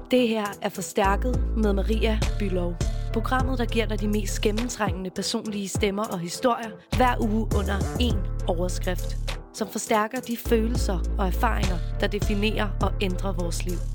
Det her er Forstærket med Maria Bülow. Programmet, der giver dig de mest gennemtrængende personlige stemmer og historier hver uge under én overskrift, som forstærker de følelser og erfaringer, der definerer og ændrer vores liv.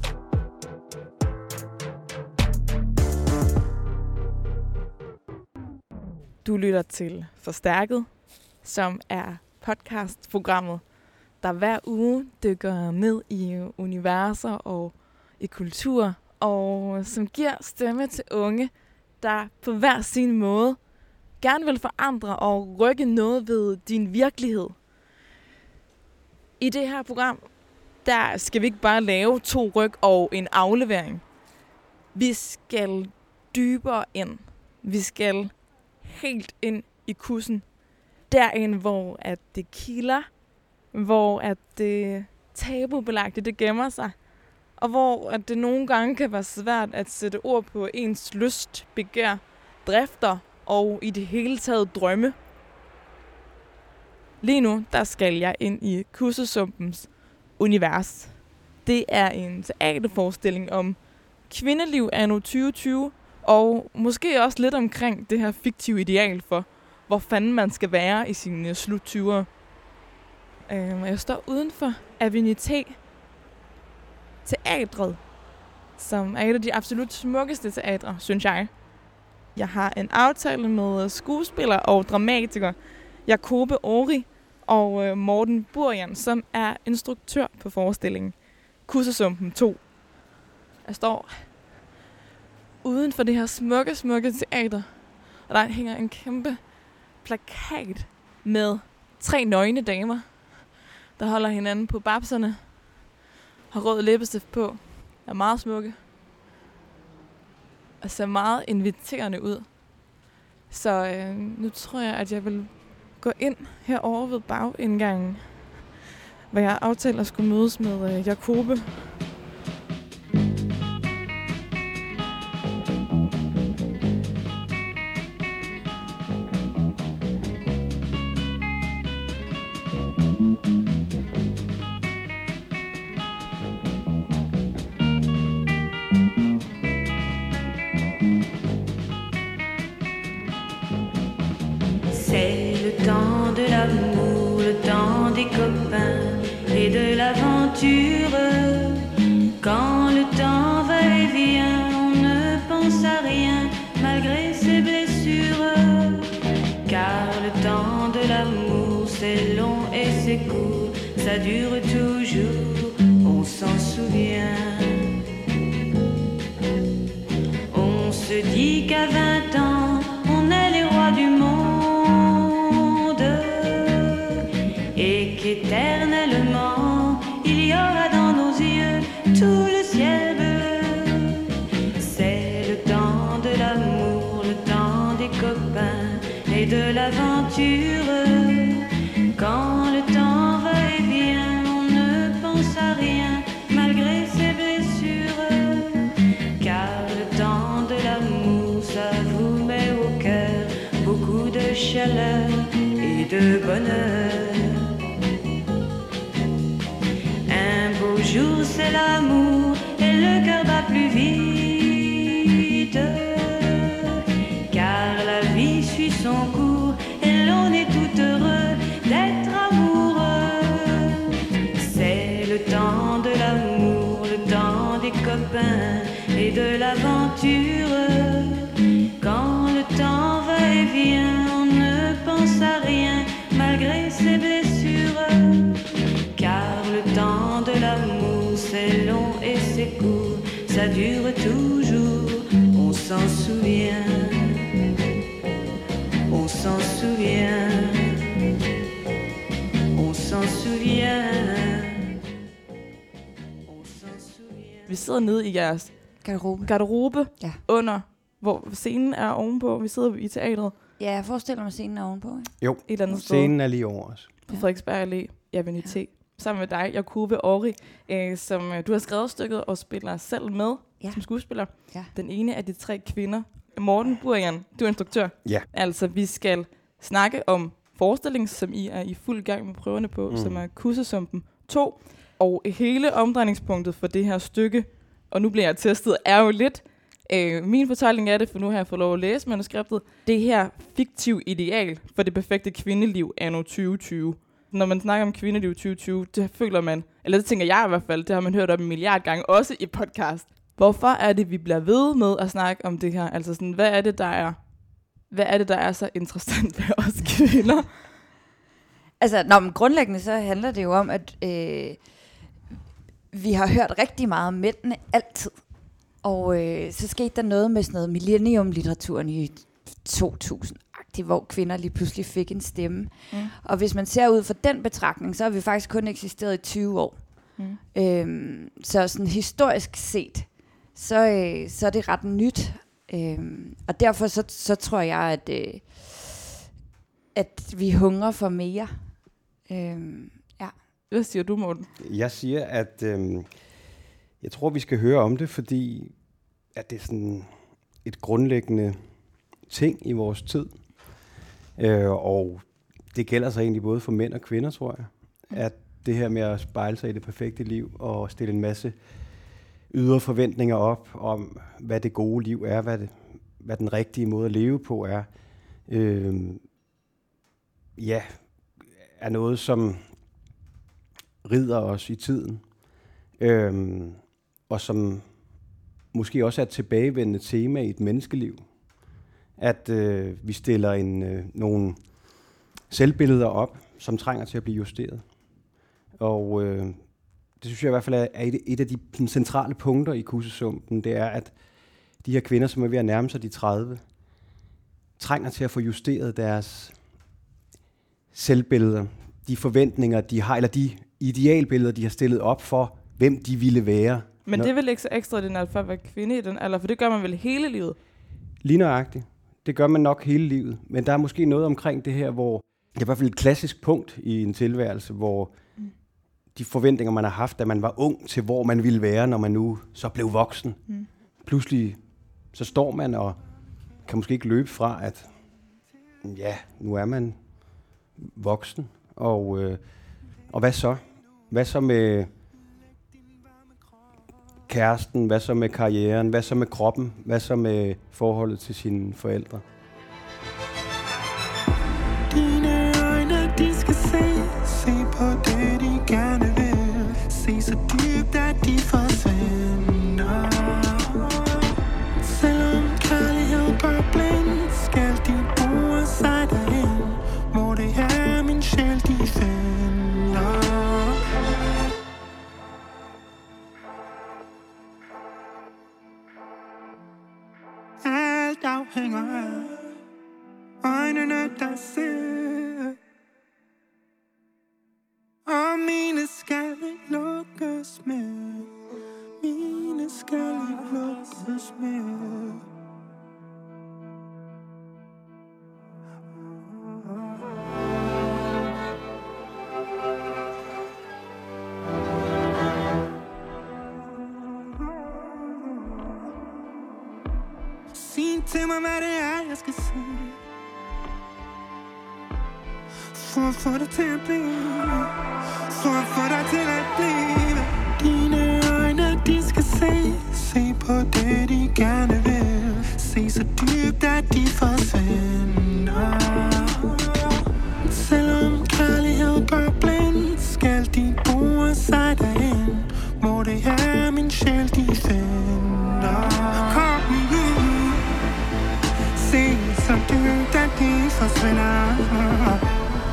Du lytter til Forstærket, som er podcastprogrammet, der hver uge dykker ned i universer og i kultur, og som giver stemme til unge, der på hver sin måde gerne vil forandre og rykke noget ved din virkelighed. I det her program, der skal vi ikke bare lave 2 ryk og en aflevering. Vi skal dybere ind. Vi skal helt ind i kussen. Derind, hvor at det kilder, hvor at det tabubelagte det gemmer sig, og hvor at det nogle gange kan være svært at sætte ord på ens lyst, begær, drifter og i det hele taget drømme. Lige nu, der skal jeg ind i Kussesumpens univers. Det er en teaterforestilling om kvindeliv anno 2020, og måske også lidt omkring det her fiktive ideal for, hvor fanden man skal være i sine slut 20'ere. Jeg står uden for Avenité Teatret, som er et af de absolut smukkeste teatre, synes jeg. Jeg har en aftale med skuespiller og dramatiker Jacobe Ori og Morten Burjan, som er instruktør på forestillingen Kussesumpen 2. Jeg står uden for det her smukke teater, og der hænger en kæmpe plakat med 3 nøgne damer, der holder hinanden på babserne, har rød læbestift på, er meget smukke og ser meget inviterende ud. Så nu tror jeg, at jeg vil gå ind herovre ved bagindgangen, hvor jeg aftaler at skulle mødes med Jacobe. C'est le temps de l'amour, le temps des copains et de l'aventure. Quand le temps va et vient, on ne pense à rien malgré ses blessures. Car le temps de l'amour, c'est long et c'est court, ça dure toujours, on s'en souvient. On se dit qu'à 20 ans, on est les rois du monde et qu'éternellement, il y aura dans nos yeux tout le ciel bleu. C'est le temps de l'amour, le temps des copains et de l'aventure. Quand le temps va et vient, on ne pense à rien malgré ses blessures. Car le temps de l'amour, ça vous met au cœur beaucoup de chaleur et de bonheur. Un beau jour, c'est l'amour et le cœur bat plus vite. Car la vie suit son cours et l'on est tout heureux d'être amoureux. C'est le temps de l'amour, le temps des copains et de l'aventure. Quand le temps va et vient, on ne pense à rien malgré ses blessures. Car le temps de l'amour, c'est long et c'est court, ça dure toujours, on s'en souvient. On s'en souvient. On s'en souvient. On s'en souvient. Vi sidder nede i jeres garderobe Ja. under, hvor scenen er ovenpå. Vi sidder i teatret Ja, jeg forestiller mig, at scenen er ovenpå. Ikke? Jo, et eller andet scenen er lige over os. på Frederiksberg Allé, Avenité, sammen med dig, Jacobe Ori, som du har skrevet stykket og spiller selv med som skuespiller. Ja. Den ene af de 3 kvinder, Morten Burjan, du er instruktør. Ja. Altså, vi skal snakke om forestillingen, som I er i fuld gang med prøverne på, som er Kussesumpen 2. Og hele omdrejningspunktet for det her stykke og nu bliver jeg testet, er jo lidt min fortælling af det, for nu har jeg fået lov at læse manuskriptet. Det her fiktiv ideal for det perfekte kvindeliv anno 2020. Når man snakker om kvindeliv 2020, det føler man, eller det tænker jeg i hvert fald, det har man hørt om en milliard gange, også i podcast. Hvorfor er det, vi bliver ved med at snakke om det her? Altså sådan, hvad er det, der er så interessant ved os kvinder? Altså, men grundlæggende så handler det jo om, at vi har hørt rigtig meget om mændene altid. Og så skete der noget med sådan noget millennium-litteraturen i 2000-agtigt, hvor kvinder lige pludselig fik en stemme. Og hvis man ser ud fra den betragtning, så har vi faktisk kun eksisteret i 20 år. Så sådan historisk set, så er det ret nyt. Og derfor så tror jeg, at vi hungrer for mere. Ja. Hvad siger du, Morten? Jeg siger, at jeg tror, vi skal høre om det, fordi at det er sådan et grundlæggende ting i vores tid. Og det gælder sig egentlig både for mænd og kvinder, tror jeg. At det her med at spejle sig i det perfekte liv og stille en masse ydre forventninger op om, hvad det gode liv er, hvad den rigtige måde at leve på er, er noget, som rider os i tiden, og som måske også er et tilbagevendende tema i et menneskeliv. At vi stiller nogle selvbilleder op, som trænger til at blive justeret. Og det synes jeg i hvert fald er et af de centrale punkter i Kussesumpen, det er, at de her kvinder, som er ved at nærme sig de 30, trænger til at få justeret deres selvbilleder, de forventninger, de har, eller de idealbilleder, de har stillet op for, hvem de ville være. Men det er vel ikke så ekstraordinært for at være kvinde i den alder, for det gør man vel hele livet? Lige nøjagtigt. Det gør man nok hele livet. Men der er måske noget omkring det her, hvor det er i hvert fald et klassisk punkt i en tilværelse, hvor de forventninger, man har haft, da man var ung, til hvor man ville være, når man nu så blev voksen. Pludselig så står man og kan måske ikke løbe fra, at ja, nu er man voksen. Og hvad så? Hvad så med kæresten? Hvad så med karrieren? Hvad så med kroppen? Hvad så med forholdet til sine forældre? Dine øjne, de skal se på det, de gerne vil. Se så dybt, at de forsvinder. Selvom kærlighed gør blind, skal de bruge sig derhen, hvor det er min sjæl, de finder. Alt afhænger af øjnene, der ser. Og mine skal ikke lukkes med. Mine skal ikke lukkes med. Sig til mig, hvad det er, jeg skal sige, for at få dig til at blive, for at få dig til at blive. Dine øjne, de skal se på det, de gerne vil. Se så dybt, at de forsvinder. Selvom kærlighed gør blind, skal de bruge sig derhen, hvor det er min sjæl, de finder. Kom nu, se så dybt, at de forsvinder.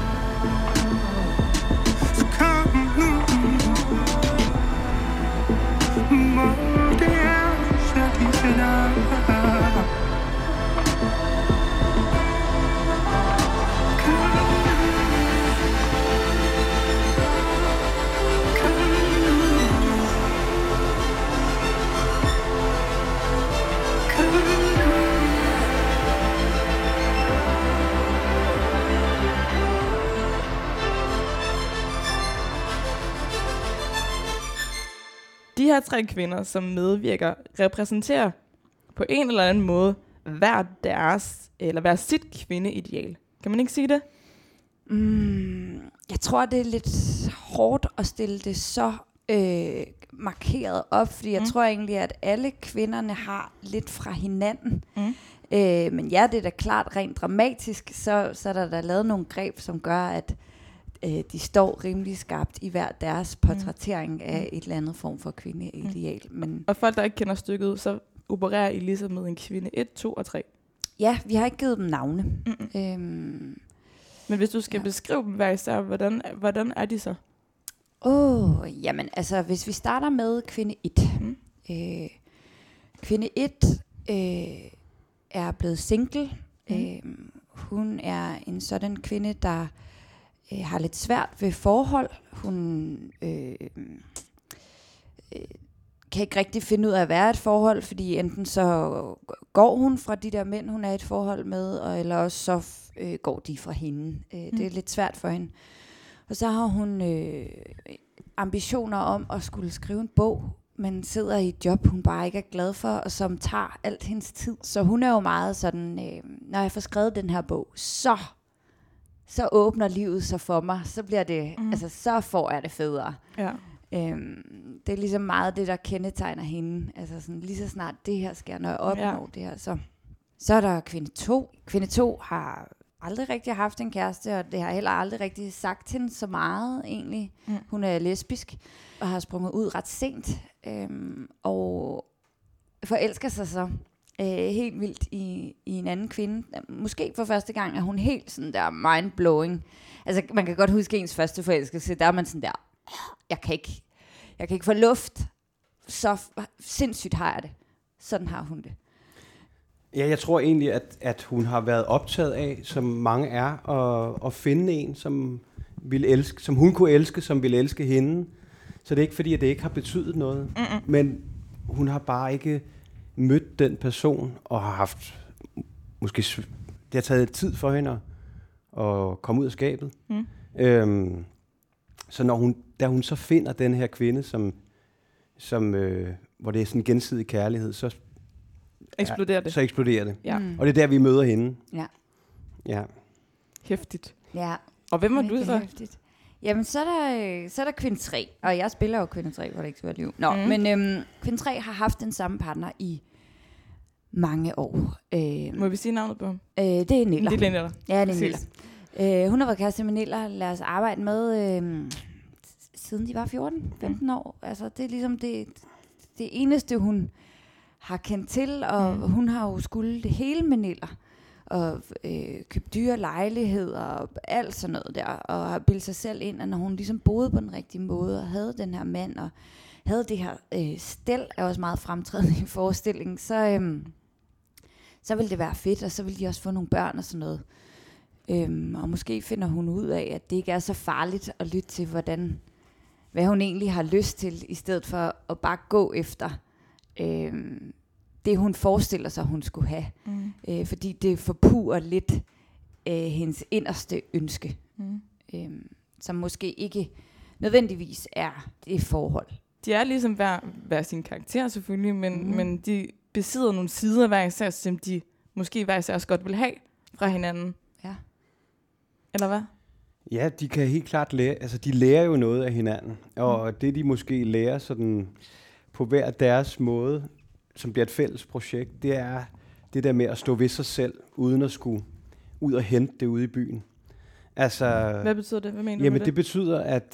De her 3 kvinder, som medvirker, repræsenterer på en eller anden måde hver sit kvindeideal. Kan man ikke sige det? Jeg tror, det er lidt hårdt at stille det så markeret op, fordi jeg tror egentlig, at alle kvinderne har lidt fra hinanden. Men ja, det er da klart rent dramatisk, så er der da lavet nogle greb, som gør, at de står rimelig skarpt i hver deres portrættering af et eller andet form for kvindeideal. Men Og folk, der ikke kender stykket, så opererer I ligesom med en kvinde 1, 2 og 3. ja, vi har ikke givet dem navne. Men hvis du skal beskrive dem hver især, hvordan er de så? Jamen altså, hvis vi starter med kvinde 1. Kvinde 1 er blevet single. Hun er en sådan kvinde, der har lidt svært ved forhold. Hun kan ikke rigtig finde ud af at være et forhold, fordi enten så går hun fra de der mænd, hun er i et forhold med, eller også så går de fra hende. Det er lidt svært for hende. Og så har hun ambitioner om at skulle skrive en bog, men sidder i et job, hun bare ikke er glad for, og som tager alt hendes tid. Så hun er jo meget sådan, når jeg får skrevet den her bog, så åbner livet sig for mig. Så bliver det, altså så får jeg det federe. Ja. Det er ligesom meget det, der kendetegner hende. Altså sådan, lige så snart det her sker, når jeg opnår det her, så er der kvinde 2. Kvinde 2 har aldrig rigtig haft en kæreste, og det har heller aldrig rigtig sagt hende så meget egentlig. Hun er lesbisk og har sprunget ud ret sent, og forelsker sig så helt vildt i en anden kvinde. Måske for første gang er hun helt sådan der mind-blowing. Altså man kan godt huske ens første forelskelse, der er man sådan der, jeg kan ikke få luft, så sindssygt har jeg det. Sådan har hun det. Ja, jeg tror egentlig, at hun har været optaget af, som mange er, at finde en, som ville elske, som hun kunne elske, som ville elske hende. Så det er ikke fordi, at det ikke har betydet noget. Men hun har bare ikke mødt den person, og har haft, måske, det har taget tid for hende at komme ud af skabet. Så da hun så finder den her kvinde, som hvor det er sådan gensidig kærlighed, så eksploderer det. Så eksploderer det. Ja. Og det er der, vi møder hende. Ja. Hæftigt. Ja. Og hvem er du så? Hæftigt. Jamen, så er der kvinde 3, og jeg spiller jo kvinde 3, hvor det ikke skal være liv. Men kvinde 3 har haft den samme partner i mange år. Må vi sige navnet på ham? Det er Niller. Det er Niller. Ja, det er Niller. Hun har været kæreste med Niller, lad os arbejde med, siden de var 14-15 år. Altså, det er ligesom det eneste, hun har kendt til, og hun har jo skulle det hele med Niller. Og købt dyre lejligheder og alt sådan noget der, og har bildet sig selv ind, at når hun ligesom boede på den rigtige måde, og havde den her mand, og havde det her stel, er også meget fremtrædende i forestillingen, så ville det være fedt, og så ville de også få nogle børn og sådan noget. Og måske finder hun ud af, at det ikke er så farligt at lytte til, hvad hun egentlig har lyst til, i stedet for at bare gå efter det, hun forestiller sig, hun skulle have. Fordi det forpurer lidt hendes inderste ønske, som måske ikke nødvendigvis er det forhold. De er ligesom hver sin karakter selvfølgelig, men de besidder nogle sider hver især, som de måske hver især også godt vil have fra hinanden. Ja. Eller hvad? Ja, de kan helt klart lære, altså de lærer jo noget af hinanden, og det de måske lærer sådan på hver deres måde, som bliver et fælles projekt, det er det der med at stå ved sig selv, uden at skulle ud og hente det ude i byen. Altså, hvad betyder det? Hvad mener jamen du med det betyder, at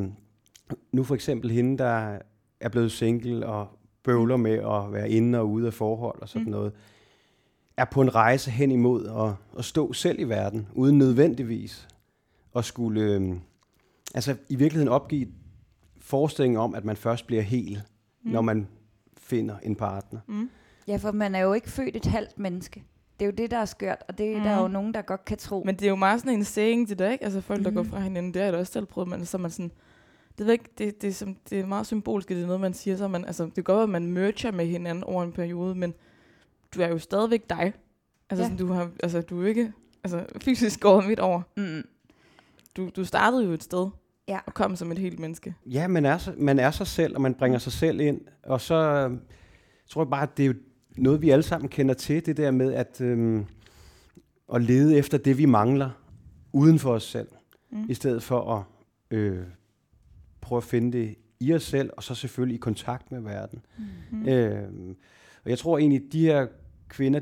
nu for eksempel hende, der er blevet single og bøvler med at være inde og ude af forhold og sådan noget, er på en rejse hen imod at stå selv i verden, uden nødvendigvis at skulle, altså i virkeligheden opgive forestillingen om, at man først bliver hel, når man finder en partner. Ja, for man er jo ikke født et halvt menneske. Det er jo det, der er skørt, og det der er jo nogen, der godt kan tro. Men det er jo meget sådan en saying til det, ikke? Altså folk, der går fra hinanden, det har jeg da også selv prøvet, men så man sådan, det ved ikke, det er meget symbolisk, det er noget, man siger, så man, altså det går godt, at man merger med hinanden over en periode, men du er jo stadigvæk dig. Altså sådan, du er jo ikke fysisk gået midt over. Du startede jo et sted, og kom som et helt menneske. Ja, man er sig selv, og man bringer sig selv ind, og så tror jeg bare, at det er jo noget, vi alle sammen kender til, det der med at lede efter det, vi mangler, uden for os selv, i stedet for at prøve at finde det i os selv, og så selvfølgelig i kontakt med verden. Og jeg tror egentlig, de her kvinder,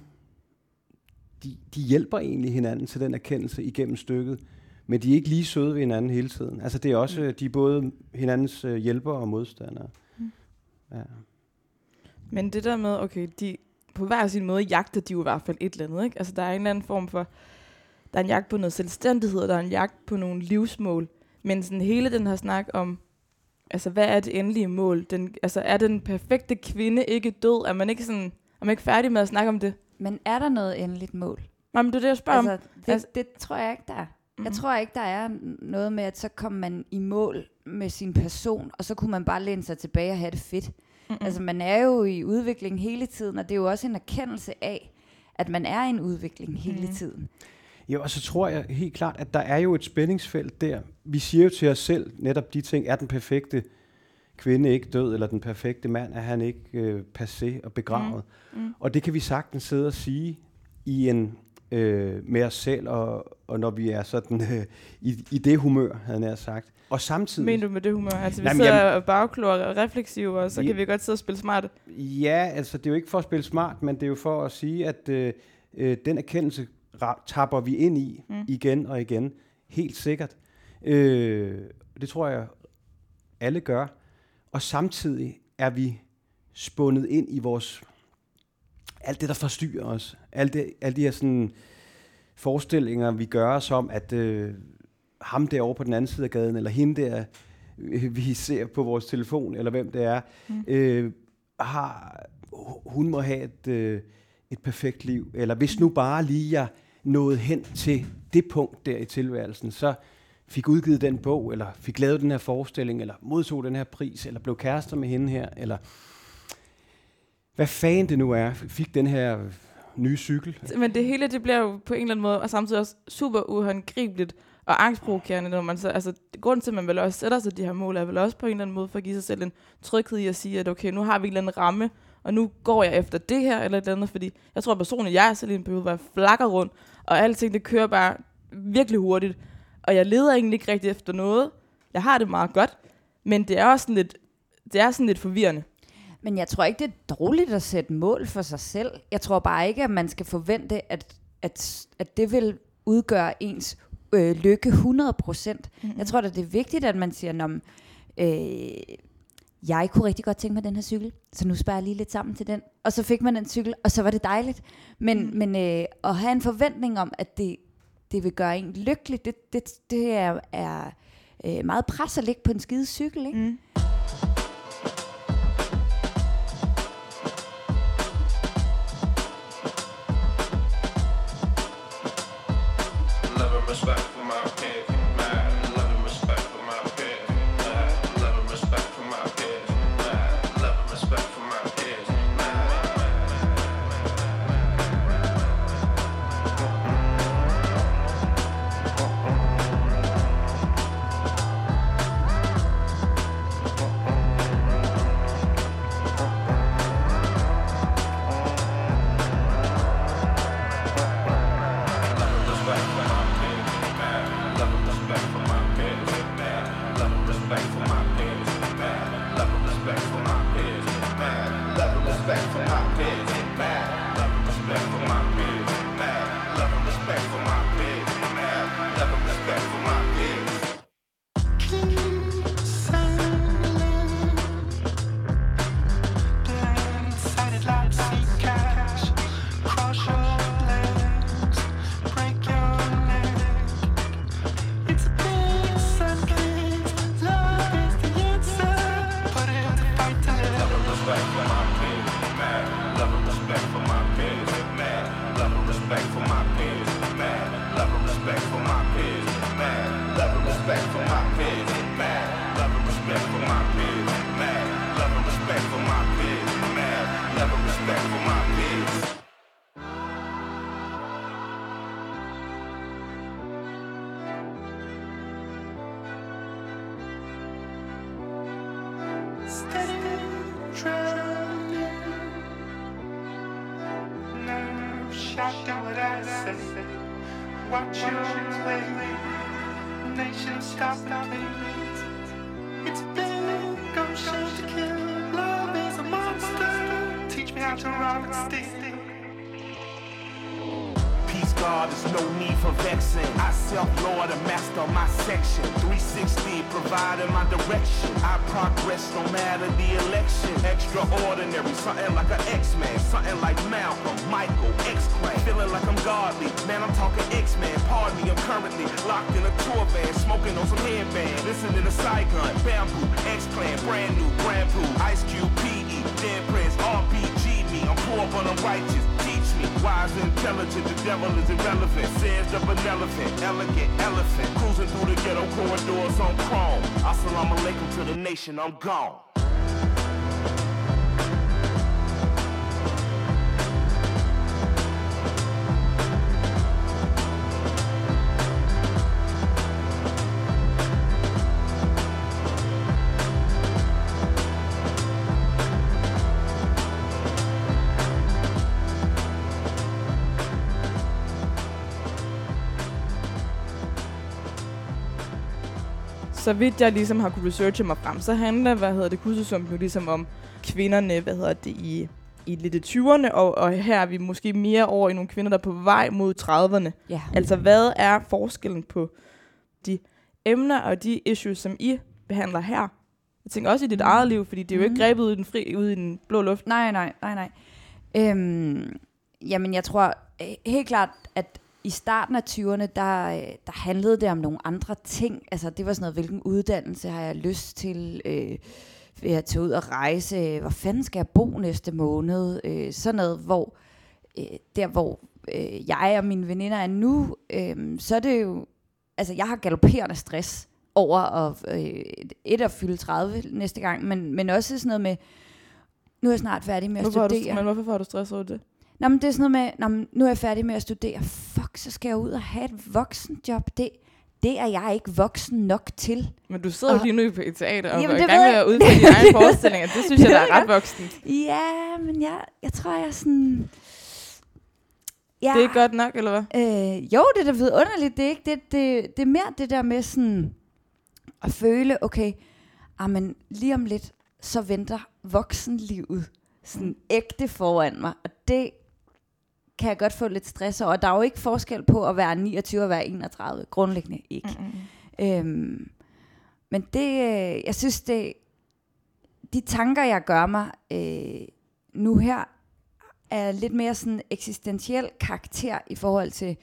de hjælper egentlig hinanden til den erkendelse igennem stykket, men de er ikke lige søde ved hinanden hele tiden. Altså det er også, de er både hinandens hjælpere og modstandere. Ja. Men det der med, okay, de på hver sin måde jagter de jo i hvert fald et eller andet, ikke? Altså der er en eller anden form for, der er en jagt på noget selvstændighed, og der er en jagt på nogle livsmål. Men sådan hele den her snak om, altså hvad er det endelige mål? Altså er den perfekte kvinde ikke død? Er man ikke færdig med at snakke om det? Men er der noget endeligt mål? Men det er det, jeg spørger om. Det tror jeg ikke, der er. Jeg tror ikke, der er noget med, at så kommer man i mål med sin person, og så kunne man bare læne sig tilbage og have det fedt. Altså man er jo i udvikling hele tiden, og det er jo også en erkendelse af, at man er i en udvikling hele tiden. Jo, og så tror jeg helt klart, at der er jo et spændingsfelt der. Vi siger jo til os selv netop de ting, er den perfekte kvinde ikke død, eller den perfekte mand, er han ikke passé og begravet. Og det kan vi sagtens sidde og sige i en med os selv, og når vi er sådan i det humør, havde jeg sagt. Og samtidig... Mener du med det humør? Altså vi sidder bagklogere og refleksive, og så kan vi godt sidde og spille smart. Ja, altså det er jo ikke for at spille smart, men det er jo for at sige, at den erkendelse tapper vi ind i igen og igen. Helt sikkert. Det tror jeg, alle gør. Og samtidig er vi spundet ind i vores... alt det, der forstyrrer os. Alle de her sådan forestillinger, vi gør os om, at ham derovre på den anden side af gaden, eller hende der, vi ser på vores telefon, eller hvem det er, hun må have et perfekt liv. Eller hvis nu bare lige jeg nåede hen til det punkt der i tilværelsen, så fik udgivet den bog, eller fik lavet den her forestilling, eller modtog den her pris, eller blev kærester med hende her, eller hvad fanden det nu er, fik den her nye cykel. Men det hele, det bliver jo på en eller anden måde, og samtidig også super uhåndgribeligt og angstprovokerende, når man så, altså grunden til, at man vel også sætter sig de her mål, er vel også på en eller anden måde for at give sig selv en tryghed i at sige, at okay, nu har vi en eller anden ramme, og nu går jeg efter det her, eller et eller andet, fordi jeg tror personligt, jeg er selv i en periode, hvor jeg flakker rundt, og alting, det kører bare virkelig hurtigt, og jeg leder egentlig ikke rigtig efter noget. Jeg har det meget godt, men det er også sådan lidt forvirrende. Men jeg tror ikke, det er dårligt at sætte mål for sig selv. Jeg tror bare ikke, at man skal forvente, at det vil udgøre ens lykke 100%. Jeg tror, at det er vigtigt, at man siger, jeg kunne rigtig godt tænke mig den her cykel, så nu sparer jeg lige lidt sammen til den. Og så fik man den cykel, og så var det dejligt. Men at have en forventning om, at det vil gøre en lykkelig, det er meget pres at ligge på en skide cykel, ikke? Nation stop the beat. It's been I'm shown to kill. Love is a monster. Teach me how to rob and steal. Peace, God, there's no need for vexing. I self-lord and master my section. 360, providing my direction. I progress no matter the election. Extraordinary, something like an X-Man. Something like Malcolm, Michael, X-Clan. Feeling like I'm godly. Man, I'm talking X-Man. Pardon me, I'm currently locked in a tour van. Smoking on some headband. Listening to Saigon, Bamboo, X-Clan. Brand new, Grand Poo. Ice Cube, P.E. Dead Prince, RPG me. I'm poor but I'm righteous. Wise and intelligent, the devil is irrelevant. Says the benevolent, elegant elephant. Cruising through the ghetto corridors on chrome. Assalamu alaikum to the nation, I'm gone. Så vidt jeg ligesom har kunne researche mig frem, så handler, kursusum jo ligesom om kvinderne, i lidt 20'erne, og her er vi måske mere over i nogle kvinder, der er på vej mod 30'erne. Ja. Altså, hvad er forskellen på de emner og de issues, som I behandler her? Jeg tænker også i dit eget liv, fordi det er jo ikke grebet ud i den blå luft. Nej. Jamen, jeg tror helt klart, at i starten af 20'erne, der handlede det om nogle andre ting. Altså, det var sådan noget, hvilken uddannelse har jeg lyst til? Vil jeg tage ud og rejse? Hvor fanden skal jeg bo næste måned? Sådan noget, hvor jeg og mine veninder er nu, så er det jo... Altså, jeg har galopperende stress over at fylde 30 næste gang, men også sådan noget med, nu er jeg snart færdig med at studere. Men hvorfor får du stress over det? Nå, men det er sådan noget med, nu er jeg færdig med at studere. Fuck, så skal jeg ud og have et voksenjob. Det er jeg ikke voksen nok til. Men du sidder jo lige nu på et teater og jamen, er i gang med at udføre dine egne forestillinger. Det synes jeg, der er ret voksent. Ja, men jeg tror, jeg er sådan... Ja. Det er godt nok, eller hvad? Jo, det er da vidunderligt. Det er ikke det er mere det der med sådan at føle, okay, men lige om lidt, så venter voksenlivet sådan ægte foran mig. Og det kan jeg godt få lidt stress over. Der er jo ikke forskel på at være 29 og være 31. Grundlæggende ikke. Men det, jeg synes, de tanker, jeg gør mig nu her, er lidt mere sådan eksistentiel karakter i forhold til,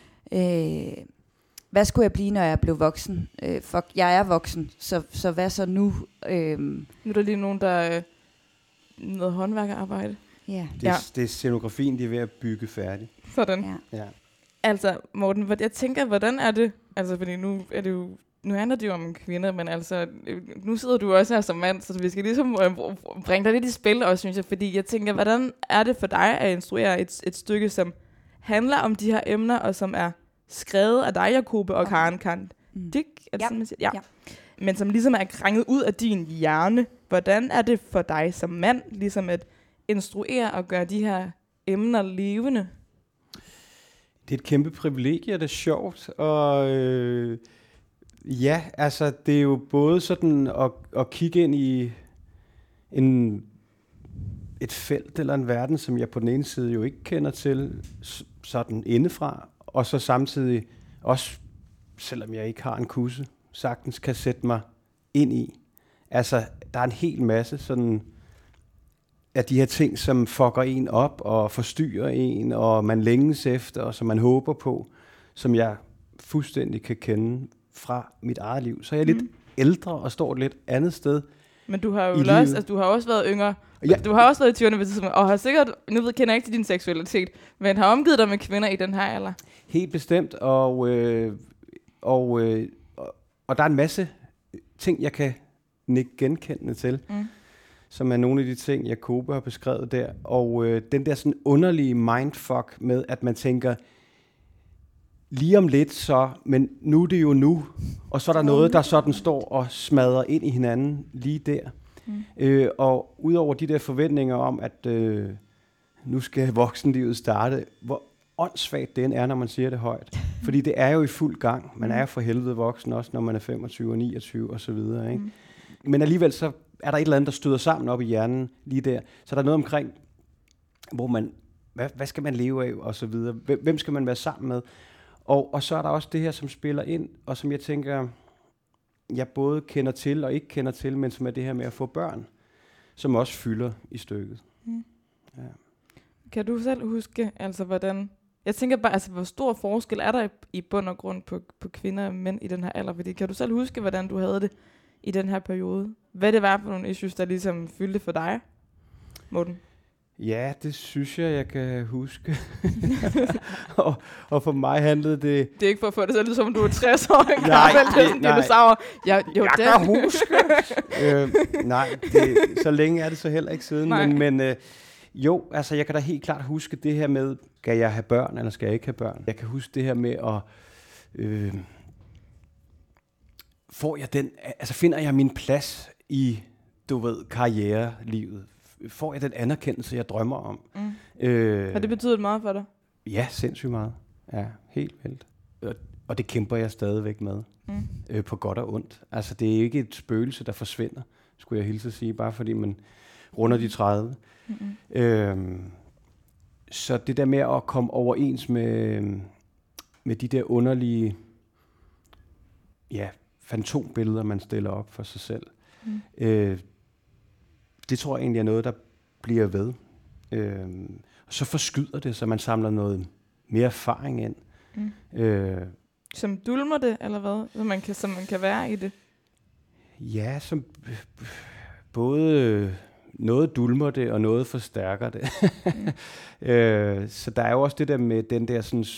hvad skulle jeg blive, når jeg blev voksen? Fuck, jeg er voksen, så hvad så nu? Nu er der lige nogen, der noget håndværkerarbejde. Yeah. Det er scenografien, de er ved at bygge færdig. Sådan. Ja. Altså, Morten, jeg tænker, hvordan er det? Altså, fordi nu handler det jo om kvinder, men altså, nu sidder du også her som mand, så vi skal ligesom bringe dig lidt i spil også, synes jeg. Fordi jeg tænker, hvordan er det for dig at instruere et stykke, som handler om de her emner, og som er skrevet af dig, Jacobe, og Karen Kant? Det er sådan, man siger. Ja. Men som ligesom er krænget ud af din hjerne. Hvordan er det for dig som mand, ligesom at instruere og gøre de her emner levende? Det er et kæmpe privilegie, det er sjovt, og ja, altså det er jo både sådan at kigge ind i et felt eller en verden, som jeg på den ene side jo ikke kender til sådan indefra, og så samtidig også, selvom jeg ikke har en kusse, sagtens kan sætte mig ind i. Altså, der er en hel masse sådan af de her ting, som fucker en op og forstyrrer en, og man længes efter, og som man håber på, som jeg fuldstændig kan kende fra mit eget liv. Så er jeg lidt ældre og står et lidt andet sted. Men du har jo også, altså, du har også været yngre. Ja. Du har også været i 20'erne, og har sikkert, nu kender jeg ikke til din seksualitet, men har omgivet dig med kvinder i den her alder. Helt bestemt, og der er en masse ting, jeg kan nikke genkendende til, som er nogle af de ting, Jacobe har beskrevet der. Og den der sådan underlige mindfuck med, at man tænker, lige om lidt så, men nu er det jo nu. Og så er der noget, der sådan står og smadrer ind i hinanden lige der. Og udover de der forventninger om, at nu skal voksenlivet starte, hvor åndssvagt det er, når man siger det højt. Fordi det er jo i fuld gang. Man er for helvede voksen, også når man er 25 og 29 og så videre. Ikke? Men alligevel så er der et eller andet, der støder sammen op i hjernen lige der. Så der er noget omkring, hvor man, hvad skal man leve af, og så videre. Hvem skal man være sammen med? Og så er der også det her, som spiller ind, og som jeg tænker, jeg både kender til og ikke kender til, men som er det her med at få børn, som også fylder i stykket. Ja. Kan du selv huske, altså hvordan... Jeg tænker bare, altså hvor stor forskel er der i bund og grund på kvinder og mænd i den her alder? Fordi kan du selv huske, hvordan du havde det i den her periode? Hvad det var for nogle issues, der ligesom fyldte for dig, Morten? Ja, det synes jeg kan huske. og for mig handlede det... Det er ikke for at få det selv, som du er 60 år. Nej. Jeg kan huske. Nej, så længe er det så heller ikke siden. Men jo, altså jeg kan da helt klart huske det her med, skal jeg have børn, eller skal jeg ikke have børn? Jeg kan huske det her med at... finder jeg min plads i, karrierelivet? Får jeg den anerkendelse, jeg drømmer om? Har det betydet meget for dig? Ja, sindssygt meget. Ja, helt vildt. Og det kæmper jeg stadigvæk med. På godt og ondt. Altså, det er ikke et spøgelse, der forsvinder, skulle jeg hilse at sige, bare fordi man runder de 30. Så det der med at komme overens med de der underlige fantombilleder, man stiller op for sig selv. Det tror jeg egentlig er noget, der bliver ved. Og så forskyder det, så man samler noget mere erfaring ind. Som dulmer det, eller hvad? Så man kan være i det? Ja, som både noget dulmer det, og noget forstærker det. Så der er jo også det der med den der sådan,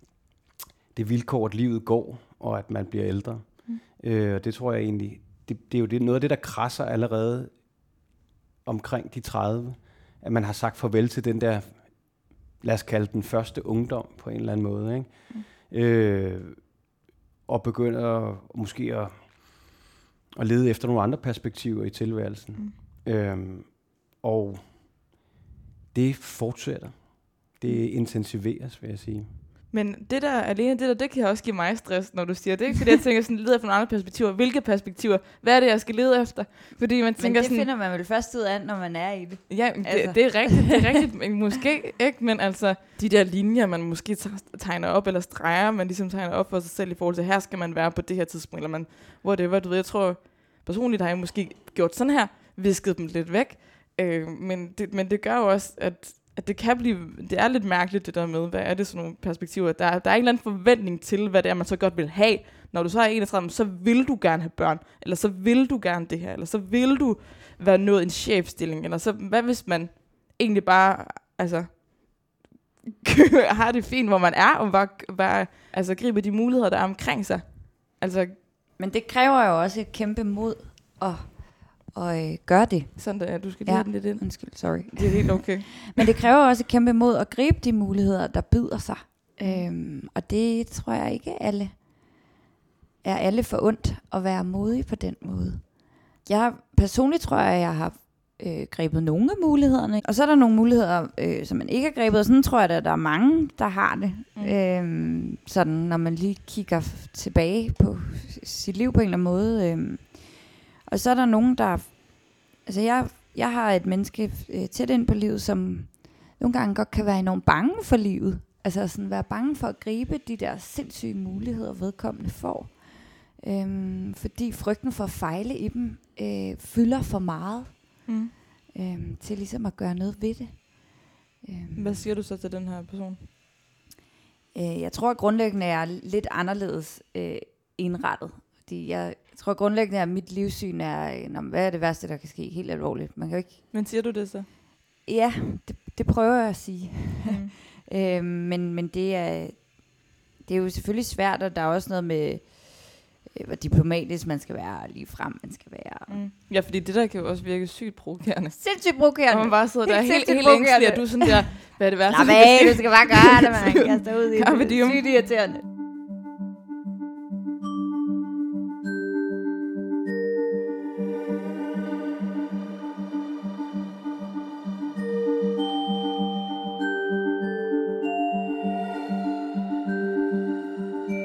det vilkår, at livet går, og at man bliver ældre. Og det tror jeg egentlig, det er jo noget af det, der krasser allerede omkring de 30, at man har sagt farvel til den der, lad os kalde den første ungdom på en eller anden måde, ikke? Og begynder måske at lede efter nogle andre perspektiver i tilværelsen. Og det fortsætter. Det intensiveres, vil jeg sige. Men det kan også give mig stress, når du siger det. Ikke? Fordi jeg tænker sådan, leder efter nogle andre perspektiver. Hvilke perspektiver? Hvad er det, jeg skal lede efter? Fordi man tænker men det sådan, finder man vel først ud af, når man er i det. Ja, det er rigtigt. Måske ikke, men altså de der linjer, man måske tegner op, eller streger, man ligesom tegner op for sig selv i forhold til, her skal man være på det her tidspunkt, eller man, whatever, du ved, jeg tror, personligt har jeg måske gjort sådan her, visket dem lidt væk, men det gør jo også, at det kan blive, det er lidt mærkeligt det der med, hvad er det sådan nogle perspektiver. Der er en eller anden forventning til, hvad det er, man så godt vil have. Når du så er 31, så vil du gerne have børn, eller så vil du gerne det her, eller så vil du være nået en chefstilling, eller så, hvad hvis man egentlig bare, altså, har det fint, hvor man er, og bare altså, griber de muligheder, der er omkring sig. Altså, men det kræver jo også et kæmpe mod og gøre det. Sådan der, du skal lige have den lidt ind. Undskyld, sorry. Det er helt okay. Men det kræver også et kæmpe mod at gribe de muligheder, der byder sig. Og det tror jeg ikke er alle for ondt at være modig på den måde. Jeg personligt tror jeg har grebet nogle af mulighederne. Og så er der nogle muligheder, som man ikke har grebet. Og sådan tror jeg, at der er mange, der har det. Sådan, når man lige kigger tilbage på sit liv på en eller anden måde. Og så er der nogen, der... Altså, jeg har et menneske tæt ind på livet, som nogle gange godt kan være enormt bange for livet. Altså sådan være bange for at gribe de der sindssyge muligheder, vedkommende får. Fordi frygten for at fejle i dem fylder for meget til ligesom at gøre noget ved det. Hvad siger du så til den her person? Jeg tror grundlæggende er lidt anderledes indrettet. Fordi jeg tror grundlæggende, at mit livssyn er, hvad er det værste, der kan ske? Helt alvorligt. Man kan ikke... Men siger du det så? Ja, det prøver jeg at sige. Men det er jo selvfølgelig svært, og der er også noget med, hvor diplomatisk man skal være, lige frem man skal være. Ja, fordi det der kan jo også virke sygt provokerende. Sindssygt provokerende. Og man bare sidder der helt ængstelig, og du sådan der, hvad er det værste? Du skal bare gøre det, man kaster ud i det. Sygt irriterende.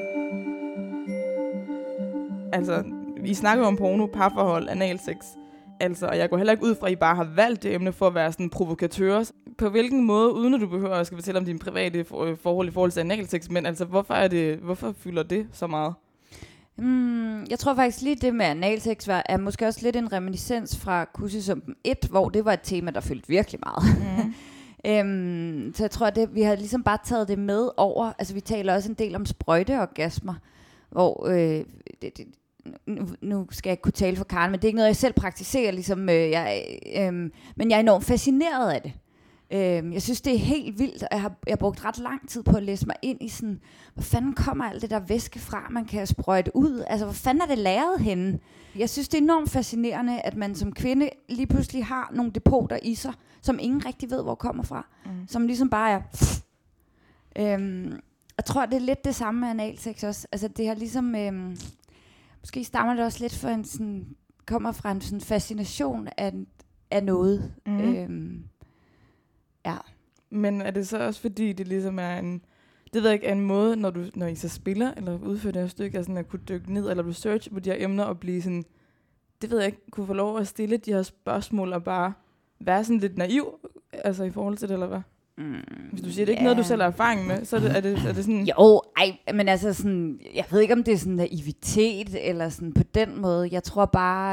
Altså, vi snakker om porno, parforhold, analsex. Altså, og jeg går heller ikke ud fra, at I bare har valgt det emne for at være sådan provokatører. På hvilken måde, uden at du behøver at skal fortælle om dine private forhold i forhold til analsex, men altså, hvorfor fylder det så meget? Jeg tror faktisk lige det med analsex er måske også lidt en reminiscens fra Kussesumpen 1, hvor det var et tema, der fyldte virkelig meget. Så jeg tror, at vi har ligesom bare taget det med over. Altså, vi taler også en del om sprøjteorgasmer, hvor nu skal jeg ikke kunne tale for Karen, men det er ikke noget, jeg selv praktiserer, ligesom, men jeg er enormt fascineret af det. Jeg synes, det er helt vildt, og jeg har brugt ret lang tid på at læse mig ind i sådan, hvor fanden kommer alt det der væske fra, man kan sprøjte ud? Altså, hvor fanden er det lagret henne? Jeg synes, det er enormt fascinerende, at man som kvinde lige pludselig har nogle depoter i sig, som ingen rigtig ved, hvor kommer fra. Som ligesom bare er... jeg tror, det er lidt det samme med analsex også. Altså, det har ligesom... måske stammer det også lidt for en sådan... kommer fra en sådan fascination af noget. Ja. Men er det så også fordi, det ligesom er en... Det ved jeg ikke, er en måde, når I så spiller, eller udfører det her stykke, sådan at kunne dykke ned, eller research på de her emner, og blive sådan... Det ved jeg ikke, kunne få lov at stille de her spørgsmål, og bare være sådan lidt naiv, altså i forhold til det, eller hvad? Hvis du siger, det er ikke noget, du selv har erfaring med, så er det sådan... Jo, men altså sådan... Jeg ved ikke, om det er sådan naivitet, eller sådan på den måde. Jeg tror bare...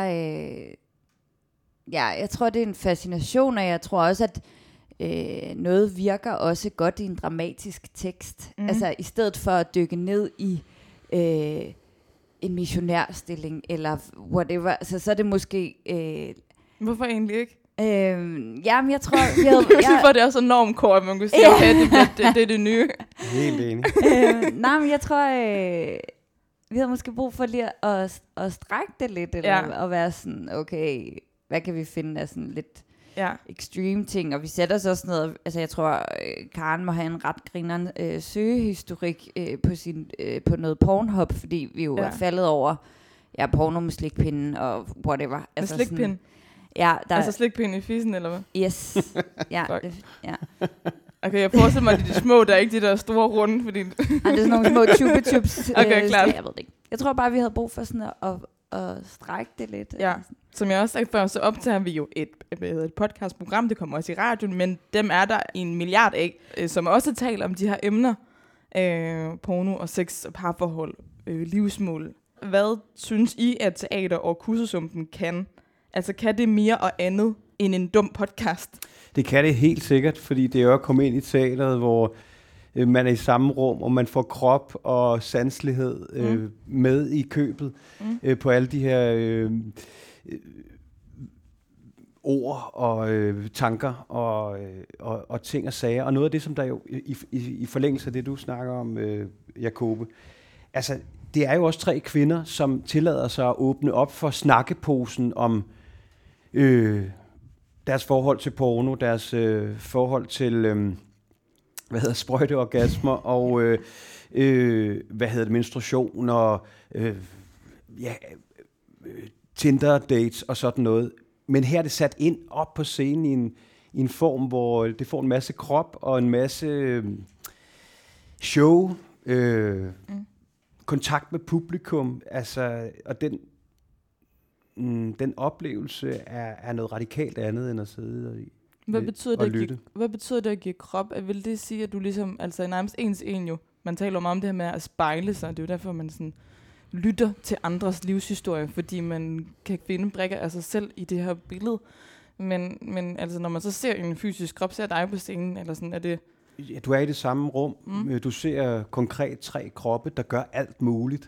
jeg tror, det er en fascination, og jeg tror også, at noget virker også godt i en dramatisk tekst. Altså, i stedet for at dykke ned i en missionærstilling, eller whatever, så er det måske... Hvorfor egentlig ikke? Jamen, jeg tror... For det er også normkort, at man kunne sige, okay, det er det nye. Helt enig. Nej, men jeg tror... vi havde måske brug for lige at strække det lidt, eller at være sådan, okay, hvad kan vi finde af sådan lidt extreme ting, og vi sætter så også noget, altså jeg tror, Karen må have en ret grineren søgehistorik på noget Pornhub, fordi vi jo er faldet over porno med slikpinden og whatever. Med altså slikpinden? Ja, altså slikpinden i fissen, eller hvad? Yes. Ja. Okay, jeg forestiller mig, at de små, der er ikke de der store runde, fordi... det er sådan nogle små chupa-chups. Okay, klart. Jeg ved det ikke. Jeg tror bare, vi havde brug for sådan at strække det lidt. Ja, som jeg også sagde før, så optager vi jo et podcastprogram, det kommer også i radioen, men dem er der 1 milliard af, som også taler om de her emner, porno og sex og parforhold, livsmål. Hvad synes I, at teater og Kussesumpen kan? Altså, kan det mere og andet end en dum podcast? Det kan det helt sikkert, fordi det er jo at komme ind i teateret, hvor man er i samme rum, og man får krop og sanselighed med i købet på alle de her ord og tanker og ting og sager. Og noget af det, som der jo i forlængelse af det, du snakker om, Jacobe, altså det er jo også 3 kvinder, som tillader sig at åbne op for snakkeposen om deres forhold til porno, deres forhold til sprøjteorgasmer og menstruation og Tinder-dates og sådan noget. Men her er det sat ind op på scenen i en form, hvor det får en masse krop og en masse show, kontakt med publikum, altså, og den oplevelse er noget radikalt andet end at sidde Hvad betyder det at give krop? Vil det sige, at du ligesom, altså nærmest ens en jo, man taler om det her med at spejle sig, det er jo derfor, man sådan lytter til andres livshistorie, fordi man kan finde brikker af sig selv i det her billede. Men altså, når man så ser en fysisk krop, ser dig på scenen, eller sådan, er det... Ja, du er i det samme rum. Du ser konkret 3 kroppe, der gør alt muligt.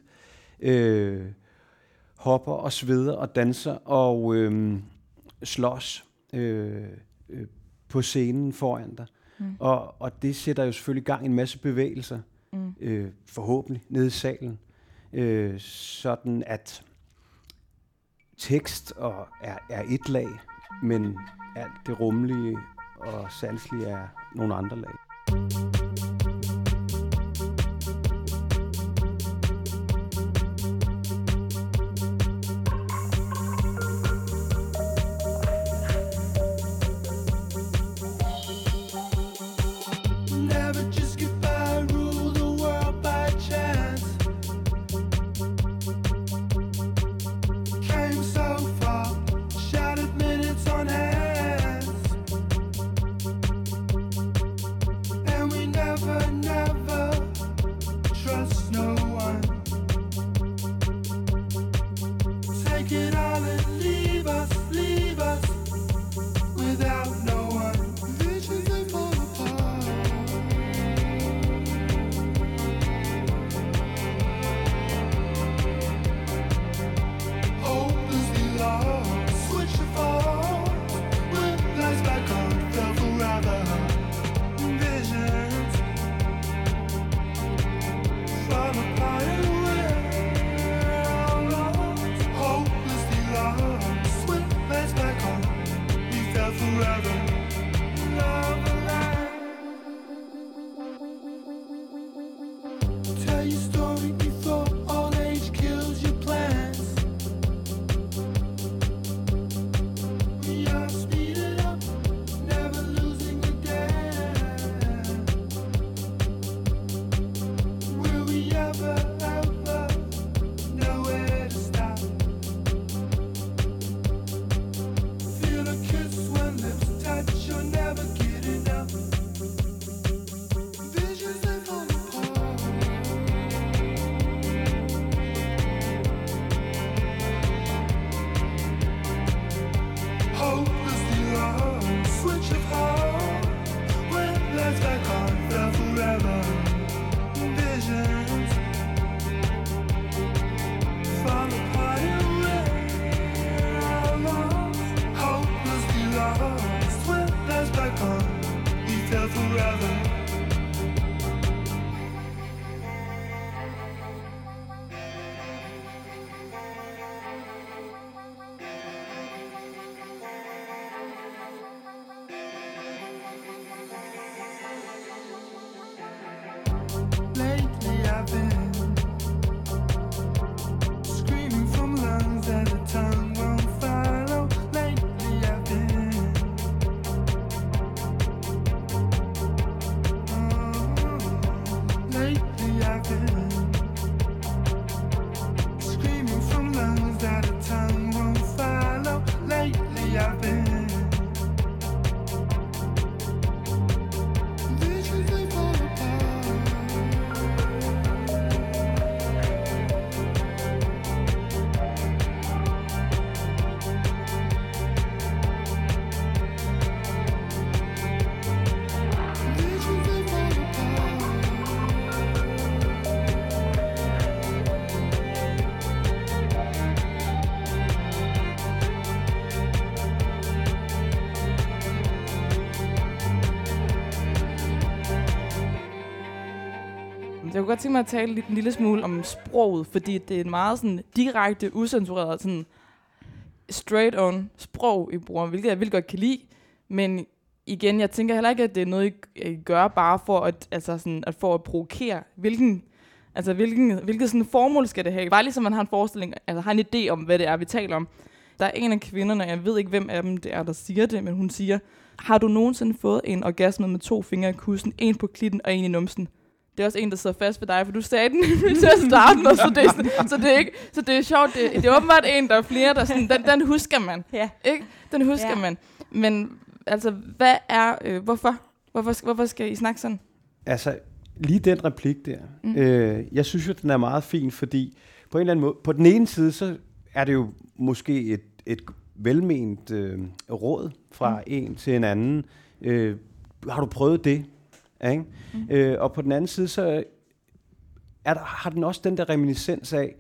Hopper og sveder og danser og slås på scenen foran dig. Og det sætter jo selvfølgelig gang i en masse bevægelser, forhåbentlig, nede i salen. Sådan at tekst er et lag, men alt det rummelige og sanselige er nogle andre lag. Came so far, shattered trust no one. Take it all and leave us without no one. Visions they fall apart. Hopelessly lost, switch the fall. When lights back on, fell forever. Visions fall apart and we're lost. Hopelessly lost, when lights back on, we fell forever. Love alive. Tell your story before old age kills your plans. We are speeding up, never losing a dance. Will we ever know where to stop? Feel a kiss when lips touch, you'll never get enough. Visions they fall apart. Hopelessly lost, switch of heart. When lights back on, fell forever. Visions fall apart and we're lost. Hopelessly lost, when lights back on, we fell forever. Lately I've been screaming from lungs that the tongue won't follow. Lately I've been lately I've been screaming from lungs that the tongue won't follow. Lately I've been visions they fall apart. Visions they fall apart. Jeg kunne godt tænke mig at tale en lille smule om sproget, fordi det er en meget sådan direkte, usensureret, sådan straight on sprog, I bruger, hvilket jeg vildt godt kan lide. Men igen, jeg tænker heller ikke, at det er noget, I gør bare for at, altså sådan, for at provokere. Hvilket sådan formål skal det have? Bare ligesom man har en forestilling, altså har en idé om, hvad det er, vi taler om. Der er en af kvinderne, jeg ved ikke, hvem af dem det er, der siger det, men hun siger, har du nogensinde fået en orgasme med 2 fingre i kussen, en på klitten og en i numsen? Det er også en, der sidder fast ved dig, for du sagde den til at starte med, så det er sjovt. Det er åbenbart en, der er flere, der sådan, den husker man. Ja. Ikke? Den husker man. Men altså, hvad er, hvorfor skal I snakke sådan? Altså, lige den replik der. Jeg synes jo, den er meget fin, fordi på en eller anden måde, på den ene side, så er det jo måske et velment råd fra en til en anden. Har du prøvet det? Ikke? Og på den anden side, så har den også den der reminiscens af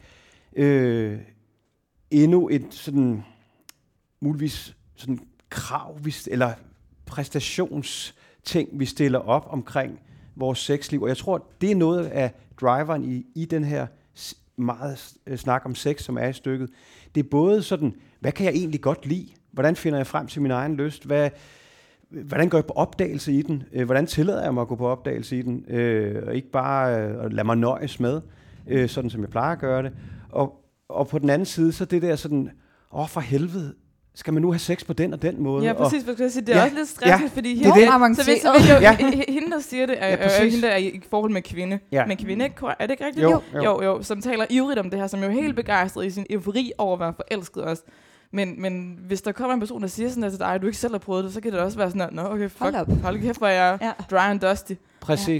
endnu et sådan muligvis sådan krav, eller præstationsting, vi stiller op omkring vores sexliv. Og jeg tror, det er noget af driveren i den her meget snak om sex, som er i stykket. Det er både sådan, hvad kan jeg egentlig godt lide? Hvordan finder jeg frem til min egen lyst? Hvordan går jeg på opdagelse i den? Hvordan tillader jeg mig at gå på opdagelse i den? Og ikke bare lade mig nøjes med, sådan som jeg plejer at gøre det. Og på den anden side, så det der sådan, for helvede, skal man nu have sex på den og den måde? Ja, præcis. Det er også lidt stressende, fordi hende, hende, der siger det, er hende, der er i forhold med kvinde. Ja. Men kvinde, er det ikke rigtigt? Jo, som taler ivrigt om det her, som jo er helt begejstret i sin eufori over at være forelsket også. Men hvis der kommer en person, der siger sådan der til dig, du ikke selv har prøvet det, så kan det også være sådan, okay, fuck, hold kæft, hvor jeg er dry and dusty. Præcis.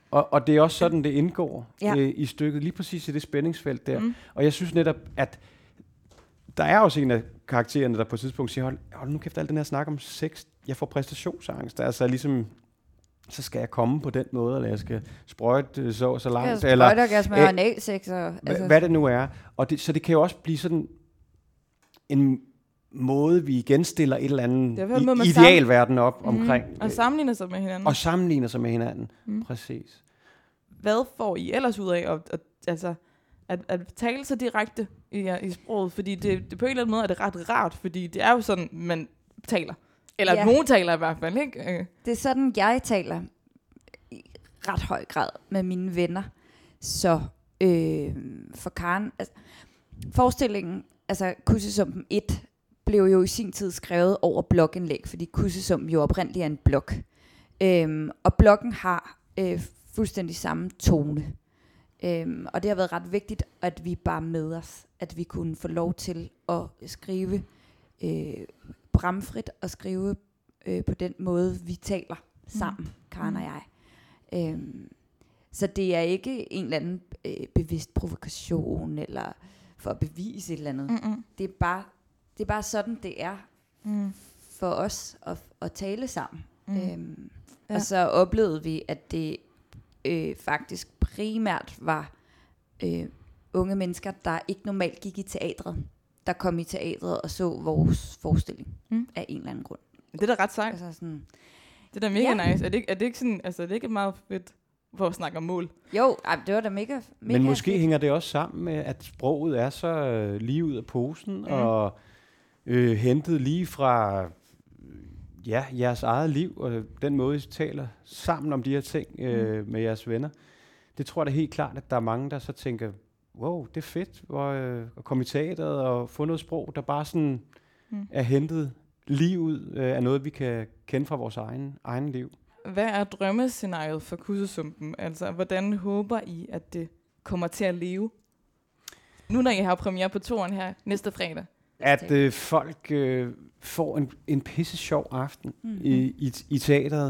Og det er også sådan, det indgår Ja. i stykket, lige præcis i det spændingsfelt der. Og jeg synes netop, at der er også en af karaktererne, der på et tidspunkt siger, hold nu kæft, al den her snak om sex, jeg får præstationsangst. Altså ligesom, så skal jeg komme på den måde, eller jeg skal sprøjte så langt. Eller sprøjte og analsex. Hvad det nu er. Og så det kan jo også blive sådan en måde, vi genstiller et eller andet idealverden op omkring. Og sammenligner sig med hinanden. Og sammenligner sig med hinanden. Præcis. Hvad får I ellers ud af at tale så direkte i sproget? Fordi det på en eller anden måde er det ret rart, fordi det er jo sådan, man taler. Eller nogen taler i hvert fald, ikke? Det er sådan, jeg taler i ret høj grad med mine venner. Så for Karen, altså, forestillingen, altså Kussesumpen 1, blev jo i sin tid skrevet over blogindlæg, fordi Kussesumpen jo oprindeligt er en blog. Og bloggen har fuldstændig samme tone. Og det har været ret vigtigt, at vi bare med os, at vi kunne få lov til at skrive bramfrit og skrive på den måde, vi taler sammen, Karen og jeg. Så det er ikke en eller anden bevidst provokation, eller for at bevise et eller andet. Det er bare sådan, det er for os at tale sammen. Og så oplevede vi, at det faktisk primært var unge mennesker, der ikke normalt gik i teatret, der kom i teatret og så vores forestilling af en eller anden grund. Det er da ret sejt. Altså sådan, det er da mega nice. Er det ikke sådan, altså det er ikke meget fedt for at snakke om mål? Jo, det var da mega Men måske fedt. hænger det også sammen med, at sproget er så lige ud af posen, og hentet lige fra jeres eget liv, og den måde, I taler sammen om de her ting med jeres venner. Det tror jeg da helt klart, at der er mange, der så tænker, wow, det er fedt at komme i teateret og få noget sprog, der bare sådan er hentet lige ud af noget, vi kan kende fra vores egen liv. Hvad er drømmescenariet for Kussesumpen? Altså, hvordan håber I, at det kommer til at leve? Nu når I har premiere på toren her næste fredag. At folk får en pisse sjov aften i teateret,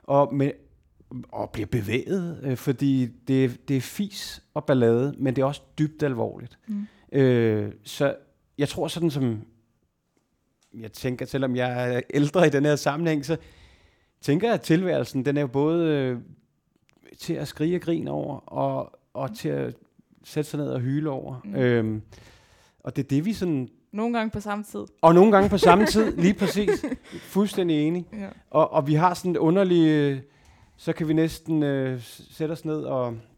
og bliver bevæget, fordi det er fis og ballade, men det er også dybt alvorligt. Så jeg tror sådan som, jeg tænker, selvom jeg er ældre i den her sammenhæng, så tænker jeg, at tilværelsen, den er jo både til at skrige og grine over, og til at sætte sig ned og hyle over. Og det er det, vi sådan... Nogle gange på samme tid. Og nogle gange på samme tid, lige præcis. Fuldstændig enig. Ja. Og vi har sådan et underligt... Så kan vi næsten sætte os ned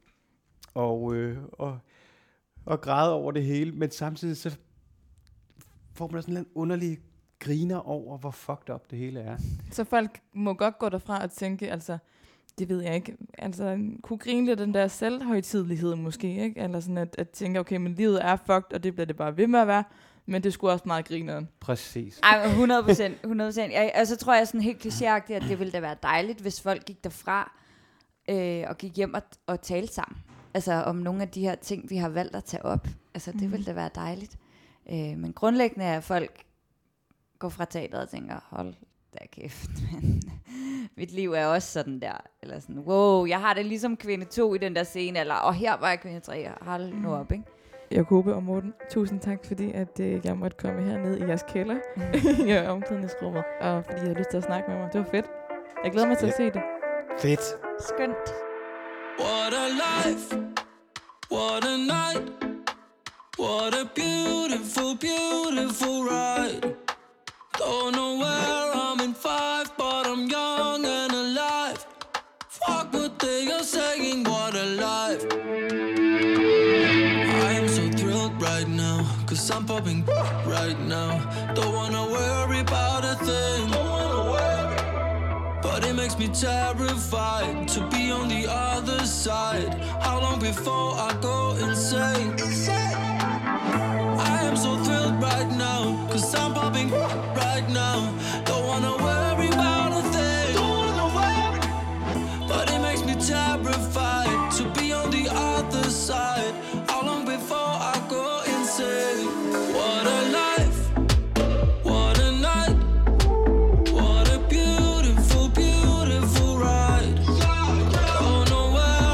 og græde over det hele, men samtidig så får man sådan en underlig griner over, hvor fucked up det hele er. Så folk må godt gå derfra og tænke, altså, det ved jeg ikke, altså, kunne grine lidt den der selvhøjtidelighed måske, ikke? Eller sådan at tænke, okay, men livet er fucked, og det bliver det bare ved med at være, men det skulle også meget grineren. Præcis. Ej, 100%. Så tror jeg sådan helt klichéagtigt, at det ville da være dejligt, hvis folk gik derfra og gik hjem og talte sammen. Altså om nogle af de her ting, vi har valgt at tage op. Altså det ville da være dejligt. Men grundlæggende er, at folk går fra teateret og tænker, hold da kæft, men mit liv er også sådan der. Eller sådan, wow, jeg har det ligesom kvinde 2 i den der scene, eller og her var jeg kvinde 3, hold nu op, ikke? Jakobe og Morten, tusind tak, fordi at jeg måtte komme herned i jeres kælder i omklædningsrummet, og fordi jeg havde lyst til at snakke med mig. Det var fedt. Jeg glæder mig til at se det. Fedt. Skønt. What a life, what a night, what a beautiful, beautiful ride. Don't know where I'm in 5, but I'm young and alive. Fuck what they are saying, what a life. I am so thrilled right now, 'cause I'm popping right now. Don't wanna worry about a thing, but it makes me terrified to be on the other side. How long before I go insane? I am so thrilled right now, 'cause I'm popping right now. Don't wanna worry about a thing, but it makes me terrified to be on the other side. How long before I go insane? What a life, what a night, what a beautiful, beautiful ride. Don't know where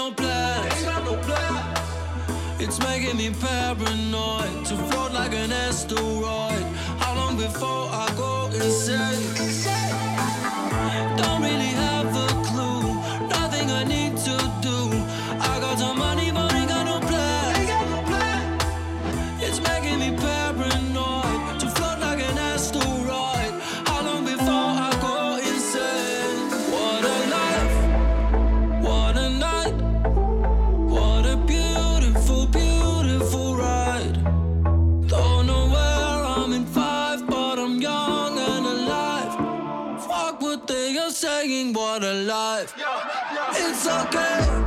no plans. It's making me paranoid to float like an asteroid. How long before I go insane? Don't really have a clue. Nothing I need to do. I got some money, but ain't got no plans. It's making me paranoid to float like an asteroid. How long before I go insane? What a life, what a night, what a beautiful, beautiful ride. Don't know where I'm in 5, but I'm young and alive. Fuck what they are saying, what a life. It's okay.